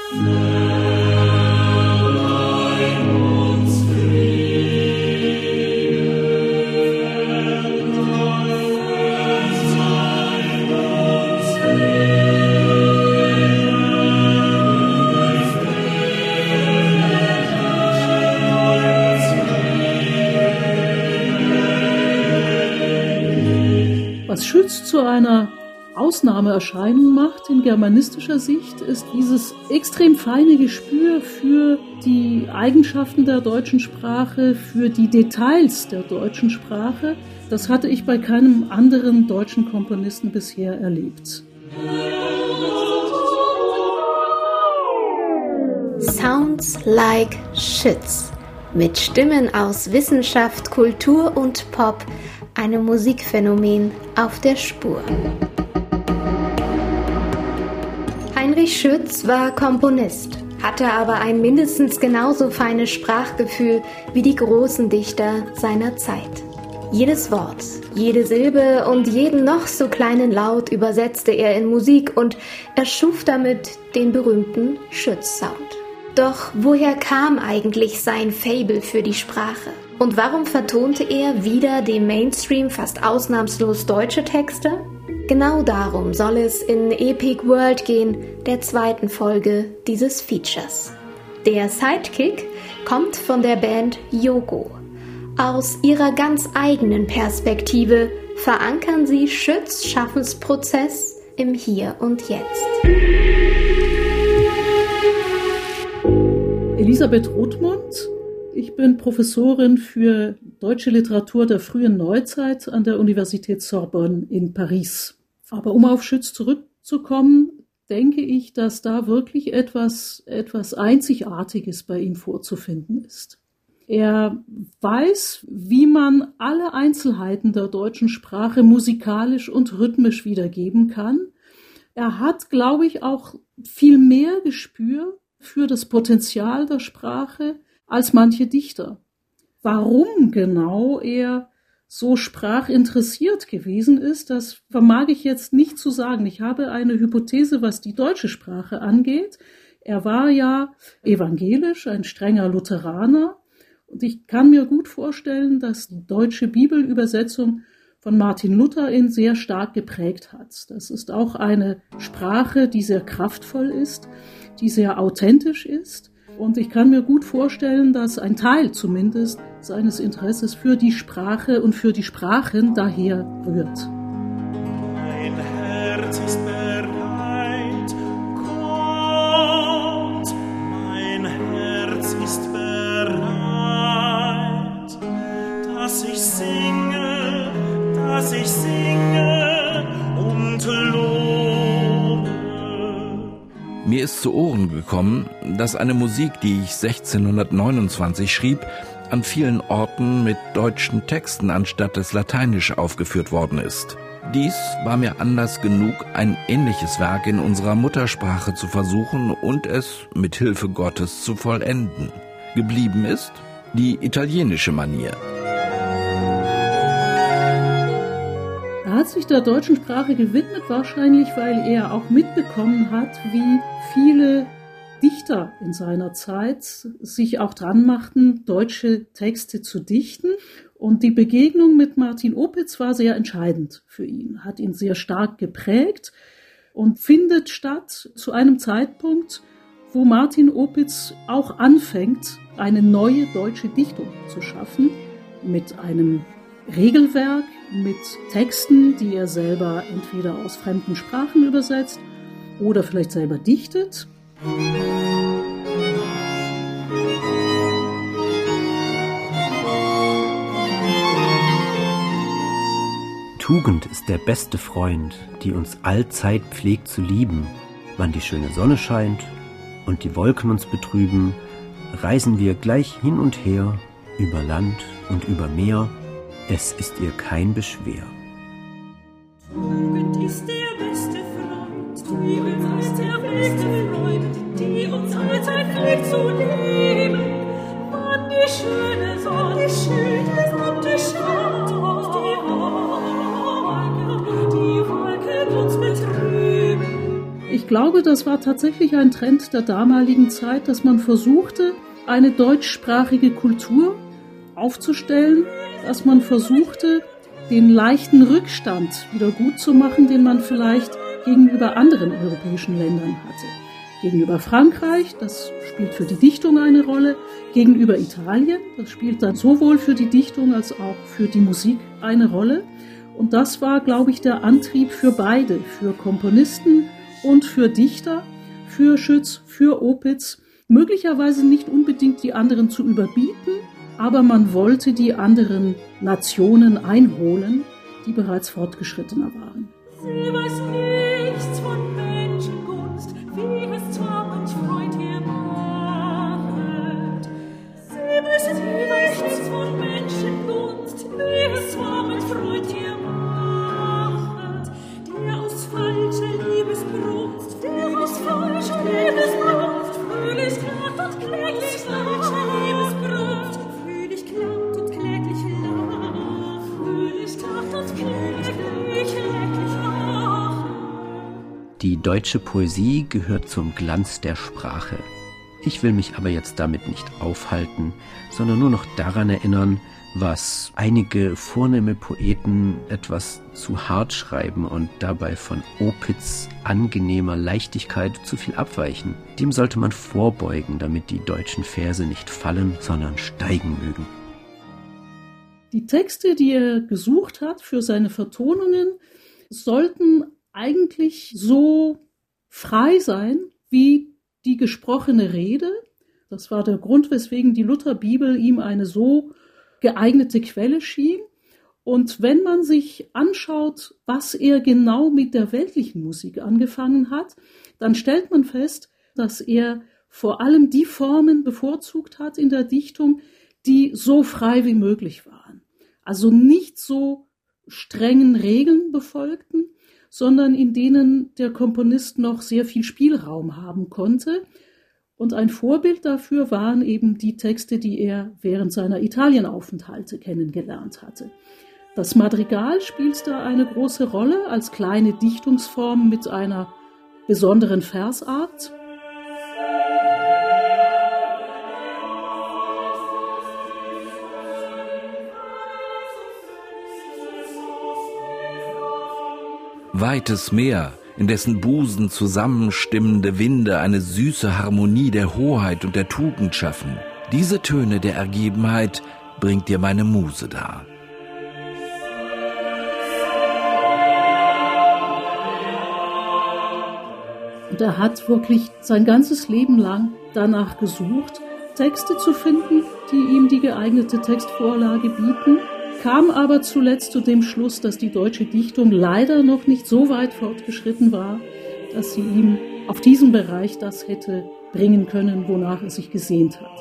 Was Schütz zu einer Ausnahmeerscheinung macht in germanistischer Sicht, ist dieses extrem feine Gespür für die Eigenschaften der deutschen Sprache, für die Details der deutschen Sprache. Das hatte ich bei keinem anderen deutschen Komponisten bisher erlebt. Sounds like Schütz. Mit Stimmen aus Wissenschaft, Kultur und Pop. Einem Musikphänomen auf der Spur. Heinrich Schütz war Komponist, hatte aber ein mindestens genauso feines Sprachgefühl wie die großen Dichter seiner Zeit. Jedes Wort, jede Silbe und jeden noch so kleinen Laut übersetzte er in Musik und erschuf damit den berühmten Schütz-Sound. Doch woher kam eigentlich sein Faible für die Sprache? Und warum vertonte er wieder dem Mainstream fast ausnahmslos deutsche Texte? Genau darum soll es in Epic World gehen, der zweiten Folge dieses Features. Der Sidekick kommt von der Band Yogo. Aus ihrer ganz eigenen Perspektive verankern sie Schütz' Schaffensprozess im Hier und Jetzt. Elisabeth Rothmund. Ich bin Professorin für deutsche Literatur der frühen Neuzeit an der Universität Sorbonne in Paris. Aber um auf Schütz zurückzukommen, denke ich, dass da wirklich etwas Einzigartiges bei ihm vorzufinden ist. Er weiß, wie man alle Einzelheiten der deutschen Sprache musikalisch und rhythmisch wiedergeben kann. Er hat, glaube ich, auch viel mehr Gespür für das Potenzial der Sprache als manche Dichter. Warum genau er so sprachinteressiert gewesen ist, das vermag ich jetzt nicht zu sagen. Ich habe eine Hypothese, was die deutsche Sprache angeht. Er war ja evangelisch, ein strenger Lutheraner. Und ich kann mir gut vorstellen, dass die deutsche Bibelübersetzung von Martin Luther ihn sehr stark geprägt hat. Das ist auch eine Sprache, die sehr kraftvoll ist, die sehr authentisch ist. Und ich kann mir gut vorstellen, dass ein Teil zumindest seines Interesses für die Sprache und für die Sprachen daher rührt. Mein Herz ist bereit, kommt, mein Herz ist bereit, dass ich singe und lobe. Mir ist zu Ohren gekommen, dass eine Musik, die ich 1629 schrieb, an vielen Orten mit deutschen Texten anstatt des Lateinisch aufgeführt worden ist. Dies war mir Anlass genug, ein ähnliches Werk in unserer Muttersprache zu versuchen und es mit Hilfe Gottes zu vollenden. Geblieben ist die italienische Manier. Er hat sich der deutschen Sprache gewidmet, wahrscheinlich, weil er auch mitbekommen hat, wie viele Dichter in seiner Zeit sich auch dran machten, deutsche Texte zu dichten. Und die Begegnung mit Martin Opitz war sehr entscheidend für ihn, hat ihn sehr stark geprägt und findet statt zu einem Zeitpunkt, wo Martin Opitz auch anfängt, eine neue deutsche Dichtung zu schaffen, mit einem Regelwerk, mit Texten, die er selber entweder aus fremden Sprachen übersetzt oder vielleicht selber dichtet. Tugend ist der beste Freund, die uns allzeit pflegt zu lieben. Wann die schöne Sonne scheint und die Wolken uns betrüben, reisen wir gleich hin und her, über Land und über Meer, es ist ihr kein Beschwer. Tugend ist der beste Freund, die uns der beste Freund, die uns allzeit pflegt zu lieben. Wann die schöne Sonne und die Stadt und die Wolken uns betrüben. Ich glaube, das war tatsächlich ein Trend der damaligen Zeit, dass man versuchte, eine deutschsprachige Kultur aufzustellen, dass man versuchte, den leichten Rückstand wieder gut zu machen, den man vielleicht gegenüber anderen europäischen Ländern hatte. Gegenüber Frankreich, das spielt für die Dichtung eine Rolle, gegenüber Italien, das spielt dann sowohl für die Dichtung als auch für die Musik eine Rolle. Und das war, glaube ich, der Antrieb für beide, für Komponisten und für Dichter, für Schütz, für Opitz, möglicherweise nicht unbedingt die anderen zu überbieten, aber man wollte die anderen Nationen einholen, die bereits fortgeschrittener waren. Sie weiß nichts von Menschengunst, wie es zwar manch Freund ihr machet. Sie weiß nichts von Menschengunst, wie es zwar manch Freund ihr machet. Der aus falscher Liebesbrunst, fröhlich klagt und kläglich lacht. Fröhlich klagt und kläglich lacht. Fröhlich klagt und kläglich lacht. Die deutsche Poesie gehört zum Glanz der Sprache. Ich will mich aber jetzt damit nicht aufhalten, sondern nur noch daran erinnern, was einige vornehme Poeten etwas zu hart schreiben und dabei von Opitz angenehmer Leichtigkeit zu viel abweichen. Dem sollte man vorbeugen, damit die deutschen Verse nicht fallen, sondern steigen mögen. Die Texte, die er gesucht hat für seine Vertonungen, sollten eigentlich so frei sein wie die gesprochene Rede. Das war der Grund, weswegen die Lutherbibel ihm eine so geeignete Quelle schien. Und wenn man sich anschaut, was er genau mit der weltlichen Musik angefangen hat, dann stellt man fest, dass er vor allem die Formen bevorzugt hat in der Dichtung, die so frei wie möglich waren. Also nicht so strengen Regeln befolgten, sondern in denen der Komponist noch sehr viel Spielraum haben konnte. Und ein Vorbild dafür waren eben die Texte, die er während seiner Italienaufenthalte kennengelernt hatte. Das Madrigal spielt da eine große Rolle als kleine Dichtungsform mit einer besonderen Versart. Weites Meer, in dessen Busen zusammenstimmende Winde eine süße Harmonie der Hoheit und der Tugend schaffen. Diese Töne der Ergebenheit bringt dir meine Muse dar. Und er hat wirklich sein ganzes Leben lang danach gesucht, Texte zu finden, die ihm die geeignete Textvorlage bieten, kam aber zuletzt zu dem Schluss, dass die deutsche Dichtung leider noch nicht so weit fortgeschritten war, dass sie ihm auf diesem Bereich das hätte bringen können, wonach er sich gesehnt hat.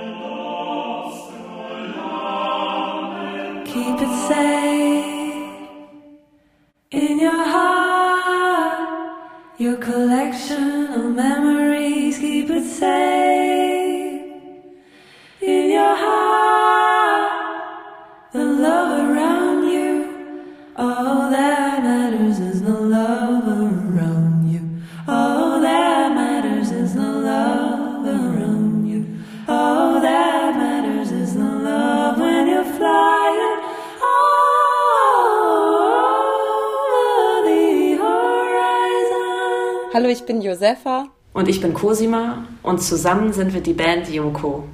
Keep it safe in your heart, your collection of memories. Keep it safe in your heart, the love around you. All that matters is the love around you. All that matters is the love around you. All that matters is the love when you're flying. Hallo, ich bin Josefa. Und ich bin Cosima und zusammen sind wir die Band Yoko.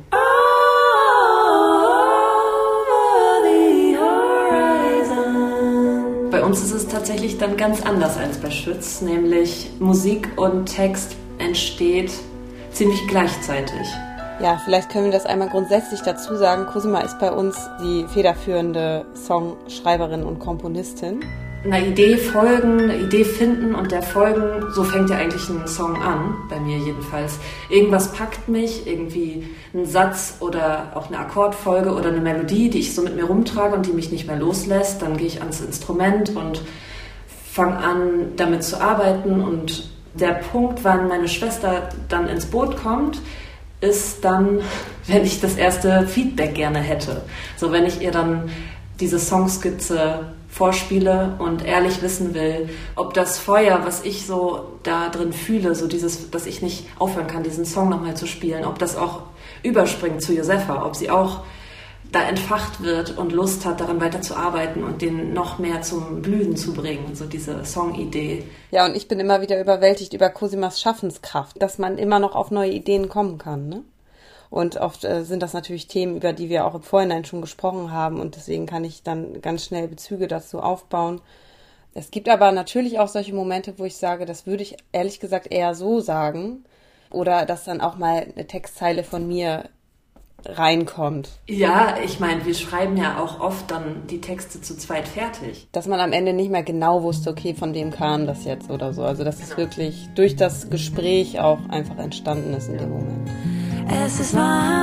Bei uns ist es tatsächlich dann ganz anders als bei Schütz, nämlich Musik und Text entsteht ziemlich gleichzeitig. Ja, vielleicht können wir das einmal grundsätzlich dazu sagen. Cosima ist bei uns die federführende Songschreiberin und Komponistin. Einer Idee folgen, eine Idee finden und der folgen, so fängt ja eigentlich ein Song an, bei mir jedenfalls. Irgendwas packt mich, irgendwie ein Satz oder auch eine Akkordfolge oder eine Melodie, die ich so mit mir rumtrage und die mich nicht mehr loslässt. Dann gehe ich ans Instrument und fange an, damit zu arbeiten. Und der Punkt, wann meine Schwester dann ins Boot kommt, ist dann, wenn ich das erste Feedback gerne hätte. So, wenn ich ihr dann diese Songskizze vorspiele und ehrlich wissen will, ob das Feuer, was ich so da drin fühle, so dieses, dass ich nicht aufhören kann, diesen Song nochmal zu spielen, ob das auch überspringt zu Josefa, ob sie auch da entfacht wird und Lust hat, daran weiterzuarbeiten und den noch mehr zum Blühen zu bringen, so diese Songidee. Ja, und ich bin immer wieder überwältigt über Cosimas Schaffenskraft, dass man immer noch auf neue Ideen kommen kann, ne? Und oft sind das natürlich Themen, über die wir auch im Vorhinein schon gesprochen haben und deswegen kann ich dann ganz schnell Bezüge dazu aufbauen. Es gibt aber natürlich auch solche Momente, wo ich sage, das würde ich ehrlich gesagt eher so sagen oder dass dann auch mal eine Textzeile von mir reinkommt. Ja, ich meine, wir schreiben ja auch oft dann die Texte zu zweit fertig. Dass man am Ende nicht mehr genau wusste, okay, von wem kam das jetzt oder so. Also dass es wirklich durch das Gespräch auch einfach entstanden ist in dem Moment. Es ist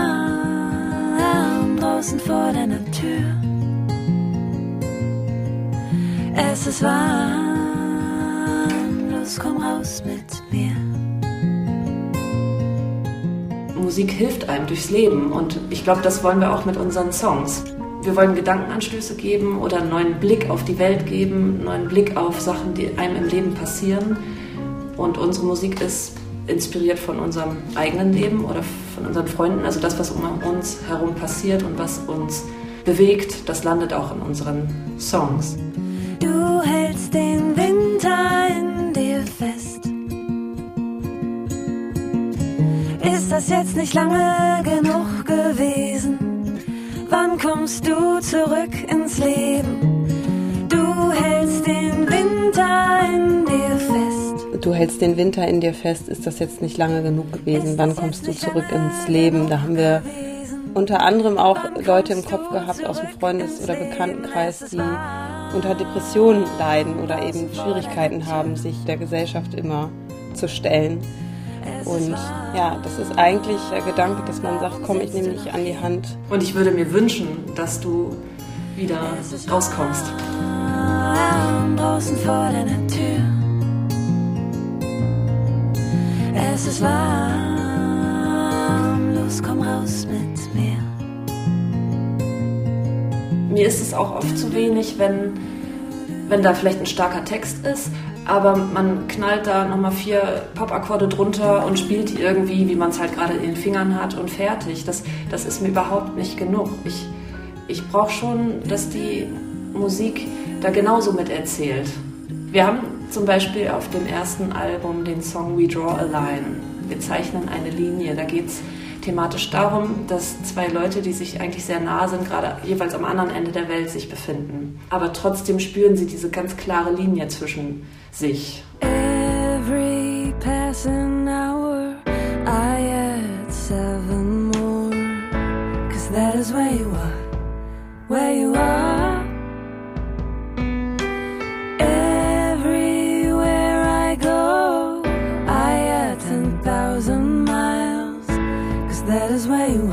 warm draußen vor deiner Tür. Es ist warm, los komm raus mit mir. Musik hilft einem durchs Leben und ich glaube, das wollen wir auch mit unseren Songs. Wir wollen Gedankenanstöße geben oder einen neuen Blick auf die Welt geben, einen neuen Blick auf Sachen, die einem im Leben passieren. Und unsere Musik ist inspiriert von unserem eigenen Leben oder von unseren Freunden. Also das, was um uns herum passiert und was uns bewegt, das landet auch in unseren Songs. Du hältst den Winter in dir fest. Ist das jetzt nicht lange genug gewesen? Wann kommst du zurück ins Leben? Du hältst den Winter in dir fest. Du hältst den Winter in dir fest, ist das jetzt nicht lange genug gewesen? Wann kommst du zurück ins Leben? Da haben wir unter anderem auch Leute im Kopf gehabt aus dem Freundes- oder Bekanntenkreis, die unter Depressionen leiden oder eben Schwierigkeiten haben, sich der Gesellschaft immer zu stellen. Und ja, das ist eigentlich der Gedanke, dass man sagt, komm, ich nehme dich an die Hand. Und ich würde mir wünschen, dass du wieder rauskommst. Draußen vor deiner Tür. Es ist warm, los komm raus mit mir. Mir ist es auch oft zu wenig, wenn da vielleicht ein starker Text ist, aber man knallt da nochmal 4 Pop-Akkorde drunter und spielt die irgendwie, wie man es halt gerade in den Fingern hat und fertig. Das ist mir überhaupt nicht genug. Ich brauche schon, dass die Musik da genauso mit erzählt. Wir haben zum Beispiel auf dem ersten Album den Song We Draw a Line. Wir zeichnen eine Linie. Da geht es thematisch darum, dass 2 Leute, die sich eigentlich sehr nah sind, gerade jeweils am anderen Ende der Welt sich befinden. Aber trotzdem spüren sie diese ganz klare Linie zwischen sich. Every passing hour I add 7 more, 'cause that is where you are, where you are. Everywhere I go I add 10,000 miles, 'cause that is where you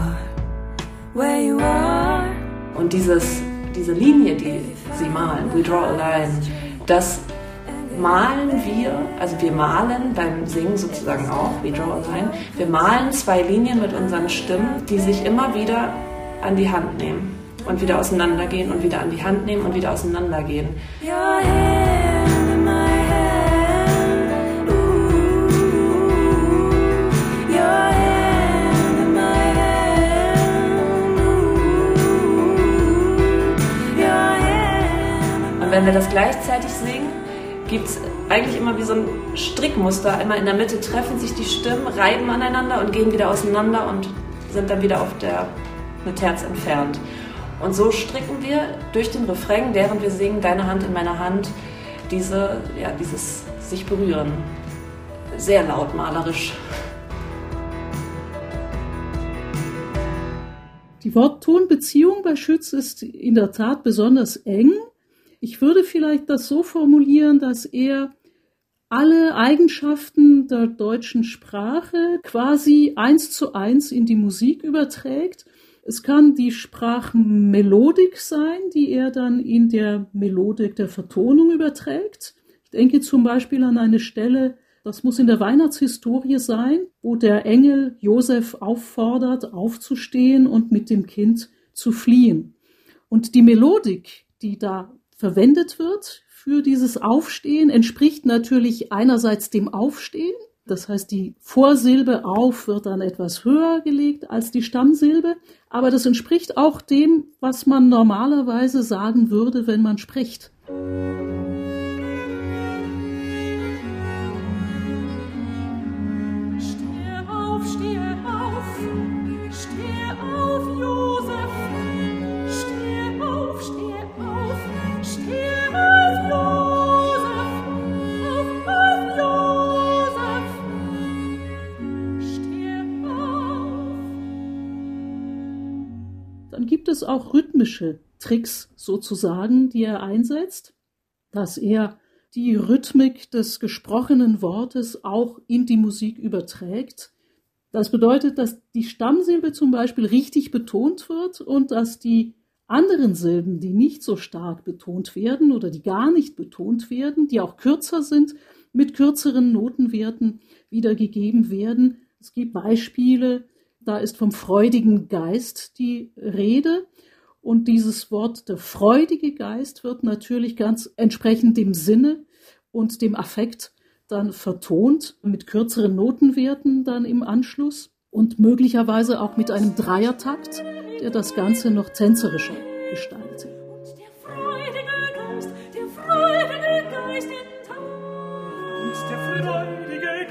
are. Und diese Linie, die sie malen, We Draw a Line, das malen wir, also wir malen beim Singen sozusagen auch, We Draw a Line, wir malen 2 Linien mit unseren Stimmen, die sich immer wieder an die Hand nehmen und wieder auseinandergehen und wieder an die Hand nehmen und wieder auseinandergehen. Your hand in my hand, ooh, your hand in my hand, ooh, your hand. Und wenn wir das gleichzeitig singen, gibt es eigentlich immer wie so ein Strickmuster. Immer in der Mitte treffen sich die Stimmen, reiben aneinander und gehen wieder auseinander und sind dann wieder eine Terz entfernt. Und so stricken wir durch den Refrain, während wir singen, deine Hand in meiner Hand, dieses sich berühren. Sehr laut malerisch. Die Wort-Ton-Beziehung bei Schütz ist in der Tat besonders eng. Ich würde vielleicht das so formulieren, dass er alle Eigenschaften der deutschen Sprache quasi 1:1 in die Musik überträgt. Es kann die Sprachmelodik sein, die er dann in der Melodik der Vertonung überträgt. Ich denke zum Beispiel an eine Stelle, das muss in der Weihnachtshistorie sein, wo der Engel Josef auffordert, aufzustehen und mit dem Kind zu fliehen. Und die Melodik, die da verwendet wird für dieses Aufstehen, entspricht natürlich einerseits dem Aufstehen. Das heißt, die Vorsilbe auf wird dann etwas höher gelegt als die Stammsilbe. Aber das entspricht auch dem, was man normalerweise sagen würde, wenn man spricht. Dann gibt es auch rhythmische Tricks sozusagen, die er einsetzt, dass er die Rhythmik des gesprochenen Wortes auch in die Musik überträgt. Das bedeutet, dass die Stammsilbe zum Beispiel richtig betont wird und dass die anderen Silben, die nicht so stark betont werden oder die gar nicht betont werden, die auch kürzer sind, mit kürzeren Notenwerten wiedergegeben werden. Es gibt Beispiele, da ist vom freudigen Geist die Rede und dieses Wort, der freudige Geist, wird natürlich ganz entsprechend dem Sinne und dem Affekt dann vertont, mit kürzeren Notenwerten dann im Anschluss und möglicherweise auch mit einem Dreiertakt, der das Ganze noch tänzerischer gestaltet. Der freudige Geist in Tag. Und der freudige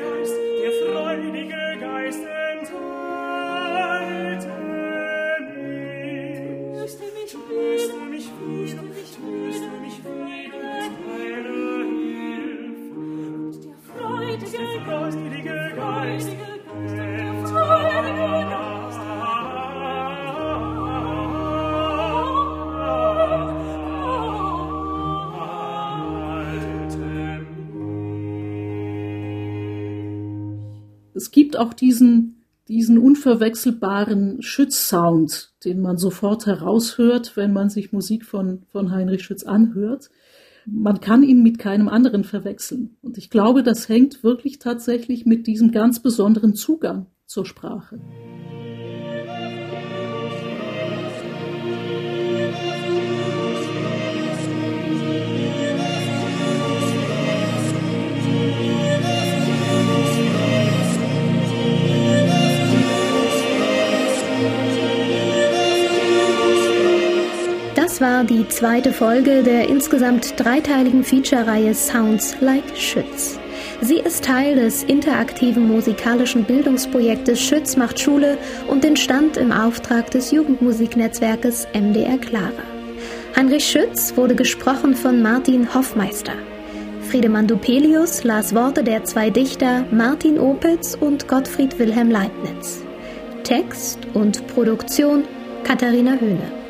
Geist in Tag. Es gibt auch diesen unverwechselbaren Schütz-Sound, den man sofort heraushört, wenn man sich Musik von Heinrich Schütz anhört. Man kann ihn mit keinem anderen verwechseln. Und ich glaube, das hängt wirklich tatsächlich mit diesem ganz besonderen Zugang zur Sprache. Das war die zweite Folge der insgesamt dreiteiligen Feature-Reihe Sounds Like Schütz. Sie ist Teil des interaktiven musikalischen Bildungsprojektes Schütz macht Schule und entstand im Auftrag des Jugendmusiknetzwerkes MDR Clara. Heinrich Schütz wurde gesprochen von Martin Hoffmeister. Friedemann Dupelius las Worte der zwei Dichter Martin Opitz und Gottfried Wilhelm Leibniz. Text und Produktion Katharina Höhne.